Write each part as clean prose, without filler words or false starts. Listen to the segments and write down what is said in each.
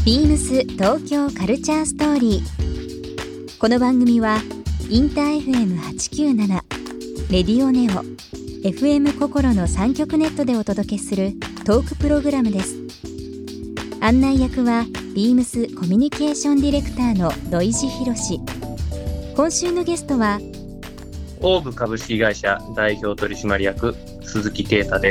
ビームス東京カルチャーストーリー。この番組はインター FM897 レディオネオ FM 心の3極ネットでお届けするトークプログラムです。案内役はビームスコミュニケーションディレクターの土井博志。今週のゲストはオーブ株式会社代表取締役鈴木啓太です。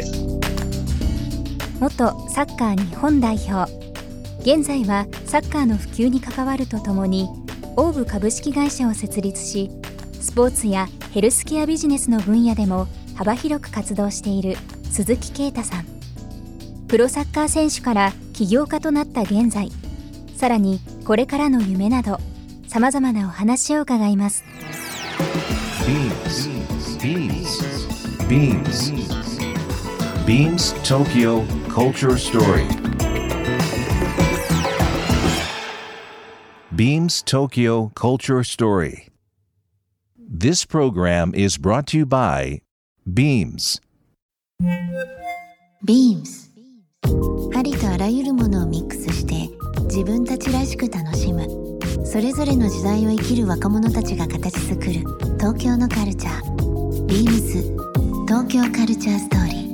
元サッカー日本代表、現在はサッカーの普及に関わるとともにオーブ株式会社を設立し、スポーツやヘルスケアビジネスの分野でも幅広く活動している鈴木啓太さん。プロサッカー選手から起業家となった現在、さらにこれからの夢などさまざまなお話を伺います。 Beams Tokyo Culture Story. Beams Tokyo Culture Story. This program is brought to you by Beams. Beams ありとあらゆるものをミックスして自分たちらしく楽しむ、それぞれの時代を生きる若者たちが形作る東京のカルチャー。 Beams 東京カルチャーストーリー。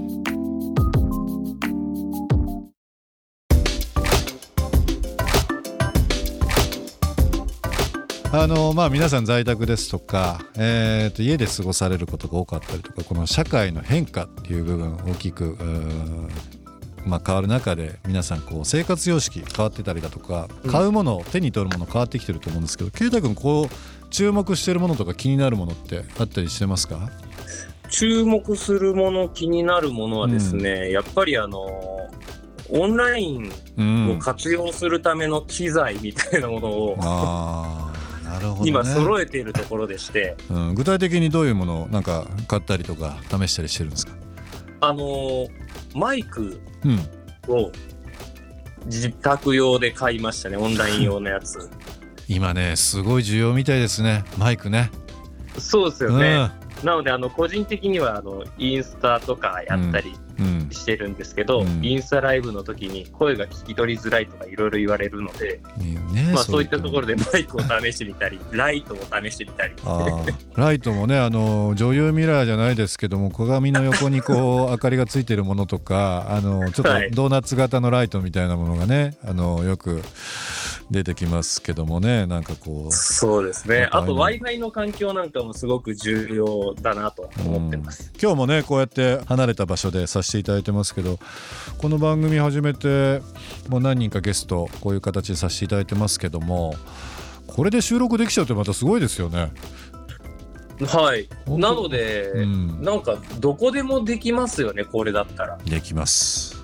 皆さん在宅ですとか、家で過ごされることが多かったりとか、この社会の変化っていう部分大きく変わる中で、皆さんこう生活様式変わってたりだとか、買うもの、手に取るもの変わってきてると思うんですけど、啓太君こう注目してるものとか気になるものってあったりしてますか？ 注目するもの、気になるものはですね、やっぱりオンラインを活用するための機材みたいなものを、 なるほどね、 今揃えているところでして、 具体的にどういうものをなんか買ったりとか試したりしてるんですか？ マイクを自宅用で買いましたね。オンライン用のやつ今ねすごい需要みたいですね、マイクね。 そうですよね、なので個人的にはインスタとかやったりしてるんですけど、インスタライブの時に声が聞き取りづらいとかいろいろ言われるので、そういったところでマイクを試してみたり、ライトを試してみたり。 ライトもね、女優ミラーじゃないですけども、鏡の横にこう明かりがついてるものとか、ちょっとドーナツ型のライトみたいなものがね、よく出てきますけどもね、なんかこう。そうですね。 あと Wi-Fi の環境なんかもすごく重要だなと思ってます。 今日もねこうやって離れた場所でさせていただいてますけど、この番組始めてもう何人かゲストこういう形でさせていただいてますけども、これで収録できちゃうってまたすごいですよね。 はい、なので、なんかどこでもできますよね、これだったら。 できます。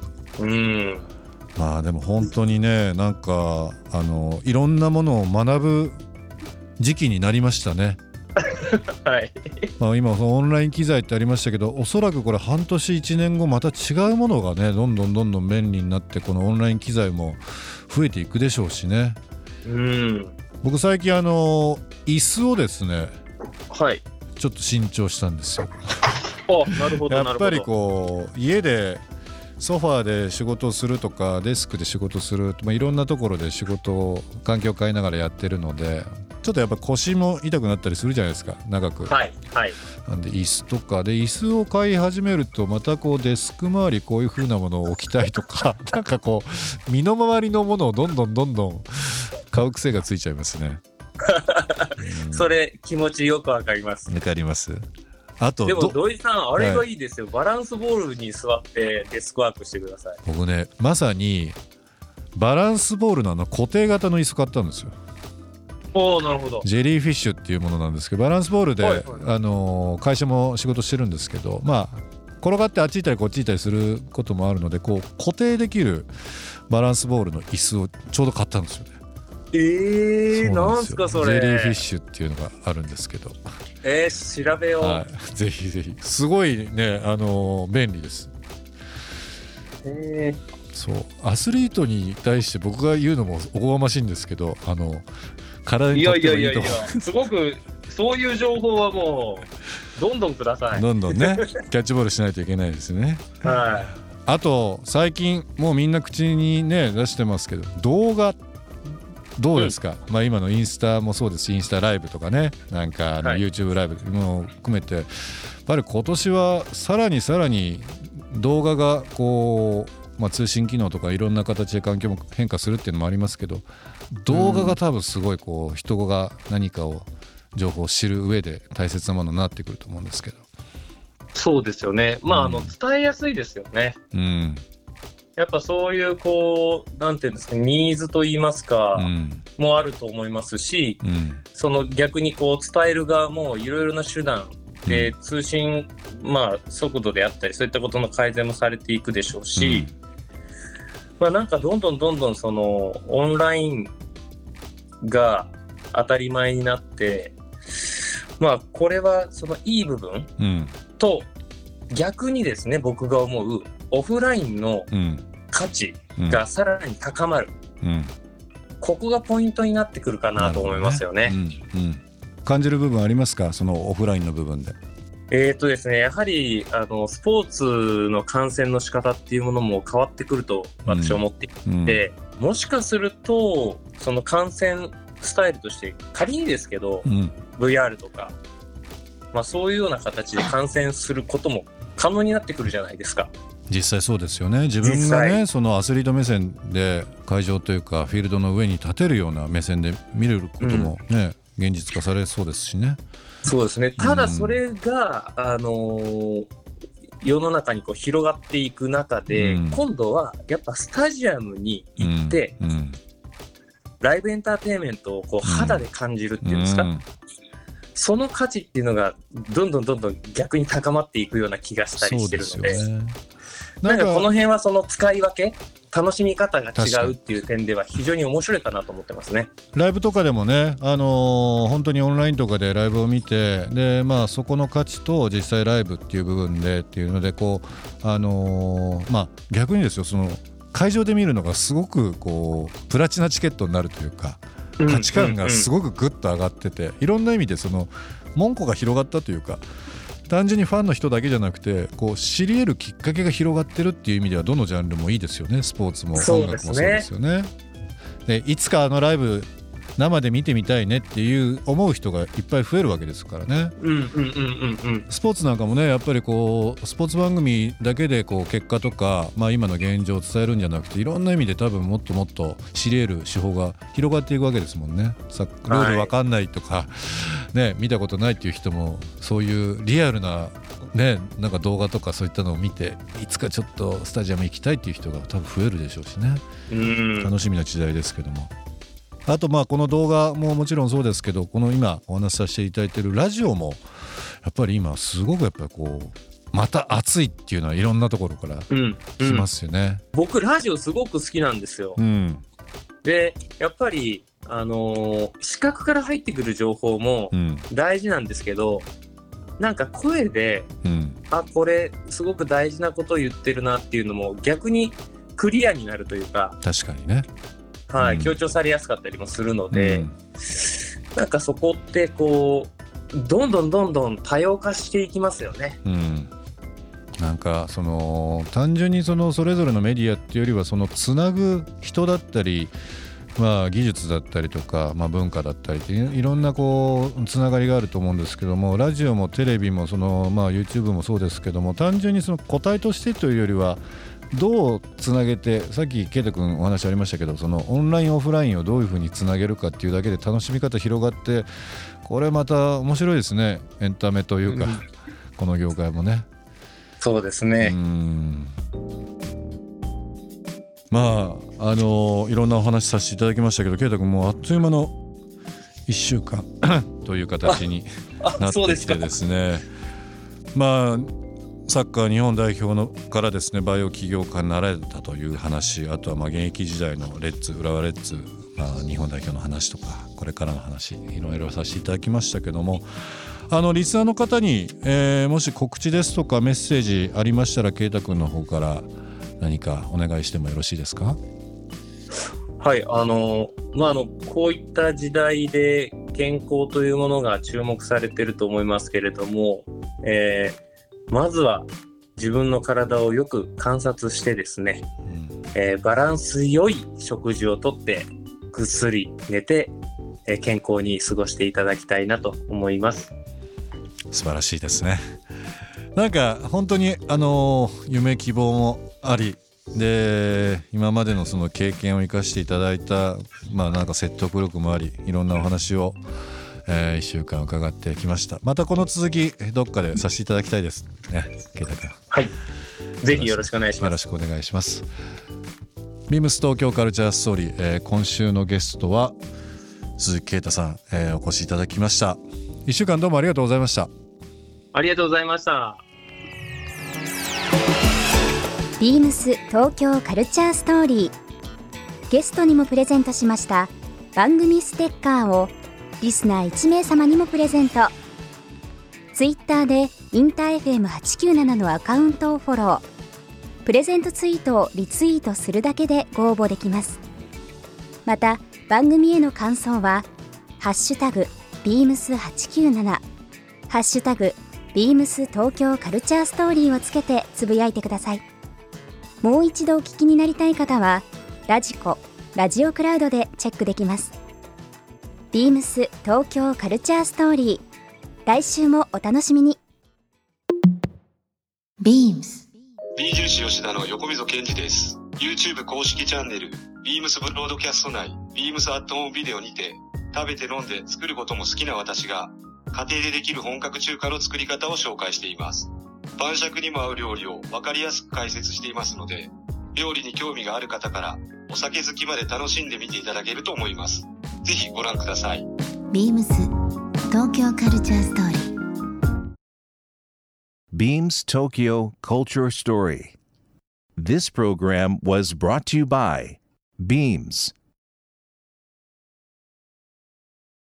でも本当にね、なんかいろんなものを学ぶ時期になりましたね。 はい、 今オンライン機材ってありましたけど、おそらくこれ半年1年後また違うものがねどんどん便利になって、このオンライン機材も増えていくでしょうしね。僕最近椅子をですね、ちょっと新調したんですよ。 なるほど。 やっぱりこう家でソファーで仕事をするとか、デスクで仕事する、いろんなところで仕事を環境を変えながらやってるので、ちょっとやっぱ腰も痛くなったりするじゃないですか、長く。なんで椅子とかで、椅子を買い始めるとまたこうデスク周りこういう風なものを置きたいとかなんかこう身の回りのものをどんどん買う癖がついちゃいますね。 それ気持ちよくわかります。 わかります。あとでも土井さん、あれがいいですよ、バランスボールに座ってデスクワークしてください。 僕ね、まさにバランスボールの固定型の椅子買ったんですよ。 なるほど。 ジェリーフィッシュっていうものなんですけど、バランスボールで、会社も仕事してるんですけど、転がってあっち行ったりこっち行ったりすることもあるので、こう固定できるバランスボールの椅子をちょうど買ったんですよね。 なんすかそれ。 ジェリーフィッシュっていうのがあるんですけど、 調べよう。 ぜひぜひ。すごいね、便利です。そう、アスリートに対して僕が言うのもおこがましいんですけど、体にとってもいいと思う。 すごくそういう情報はもうどんどんください。 どんどんねキャッチボールしないといけないですね。あと最近もうみんな口にね出してますけど、動画どうですか、今のインスタもそうですし、インスタライブとかね、なんかYouTube ライブも含めて、やっぱり今年はさらに動画がこう、通信機能とかいろんな形で環境も変化するっていうのもありますけど、動画が多分すごいこう人が何かを情報を知る上で大切なものになってくると思うんですけど。 そうですよね。伝えやすいですよね。やっぱそういうこうなんていうんですか、ニーズといいますか、もあると思いますし、その逆にこう伝える側もいろいろな手段で通信、速度であったりそういったことの改善もされていくでしょうし、なんかどんどんそのオンラインが当たり前になって、これはそのいい部分と、逆にですね、僕が思うオフラインの価値がさらに高まる、ここがポイントになってくるかなと思いますよね。 感じる部分ありますか、そのオフラインの部分で。 ですね、やはりスポーツの観戦の仕方っていうものも変わってくると私は思っていて、もしかするとその観戦スタイルとして仮にですけど、VR とか、そういうような形で観戦することも可能になってくるじゃないですか。 実際そうですよね。自分がね、そのアスリート目線で会場というかフィールドの上に立てるような目線で見れることもね、現実化されそうですしね。 そうですね。ただそれが、世の中にこう広がっていく中で、今度はやっぱスタジアムに行って、ライブエンターテインメントをこう肌で感じるっていうんですか、その価値っていうのがどんどん逆に高まっていくような気がしたりしてるので、なんかこの辺はその使い分け、楽しみ方が違うっていう点では非常に面白いかなと思ってますね。 ライブとかでもね、本当にオンラインとかでライブを見て、でそこの価値と実際ライブっていう部分でっていうのでこう逆にですよ、その会場で見るのがすごくこうプラチナチケットになるというか、価値観がすごくグッと上がってて、いろんな意味でその門戸が広がったというか、単純にファンの人だけじゃなくてこう知り得るきっかけが広がってるっていう意味ではどのジャンルもいいですよね。スポーツも音楽もそうですよね。でいつかライブ生で見てみたいねっていう思う人がいっぱい増えるわけですからね。スポーツなんかもね、やっぱりこうスポーツ番組だけでこう結果とか、今の現状を伝えるんじゃなくて、いろんな意味で多分もっともっと知り得る手法が広がっていくわけですもんね。ルールわかんないとか、見たことないっていう人もそういうリアルななんか動画とかそういったのを見て、いつかちょっとスタジアム行きたいっていう人が多分増えるでしょうしね。楽しみな時代ですけども。あとこの動画ももちろんそうですけど、この今お話しさせていただいているラジオもやっぱり今すごくやっぱりこうまた熱いっていうのはいろんなところから来ますよね。 僕ラジオすごく好きなんですよ。でやっぱり視覚から入ってくる情報も大事なんですけど、なんか声で、これすごく大事なことを言ってるなっていうのも逆にクリアになるというか、 確かにね、 強調されやすかったりもするので、なんかそこってこうどんどん多様化していきますよね。 なんかその単純にそれぞれのメディアっていうよりは、そのつなぐ人だったり、技術だったりとか、文化だったりっていろんなこうつながりがあると思うんですけども、ラジオもテレビもYouTube もそうですけども、単純にその個体としてというよりはどうつなげて、さっきケイタ君お話ありましたけど、そのオンラインオフラインをどういうふうにつなげるかっていうだけで楽しみ方広がって、これまた面白いですね。エンタメというか、この業界もね。 そうですね。 いろんなお話させていただきましたけど、ケイタ君もうあっという間の1週間という形になってきてですね。サッカー日本代表のからですね、バイオ起業家になられたという話、あとは現役時代のレッツ、浦和レッズ、日本代表の話とか、これからの話、いろいろさせていただきましたけども、リスナーの方に、もし告知ですとかメッセージありましたら、ケイタ君の方から何かお願いしてもよろしいですか？ はい、こういった時代で健康というものが注目されていると思いますけれども、まずは自分の体をよく観察してですね、バランス良い食事をとってぐっすり寝て、健康に過ごしていただきたいなと思います。 素晴らしいですね。なんか本当に夢希望もありで、今までのその経験を生かしていただいたなんか説得力もあり、いろんなお話を、1週間伺ってきました。またこの続きどっかでさせていただきたいですね、圭太君。 はい、ぜひよろしくお願いします。 よろしくお願いします。ビームス東京カルチャーストーリー、今週のゲストは鈴木圭太さん、お越しいただきました。1週間どうもありがとうございました。 ありがとうございました。 ビームス東京カルチャーストーリー、ゲストにもプレゼントしました番組ステッカーをリスナー1名様にもプレゼント。ツイッターでインター FM897 のアカウントをフォロー、プレゼントツイートをリツイートするだけでご応募できます。また番組への感想はハッシュタグビームス897、ハッシュタグビームス東京カルチャーストーリーをつけてつぶやいてください。もう一度お聞きになりたい方はラジコ、ラジオクラウドでチェックできます。ビームス東京カルチャーストーリー、来週もお楽しみに。 ビームス B 印吉田の横溝健二です。 YouTube 公式チャンネルビームスブロードキャスト内ビームスアットホームビデオにて、食べて飲んで作ることも好きな私が家庭でできる本格中華の作り方を紹介しています。晩酌にも合う料理を分かりやすく解説していますので、料理に興味がある方からお酒好きまで楽しんでみていただけると思います。ぜひご覧ください。 ビームス東京カルチャーストーリー。 Beams Tokyo Culture Story. This program was brought to you by Beams.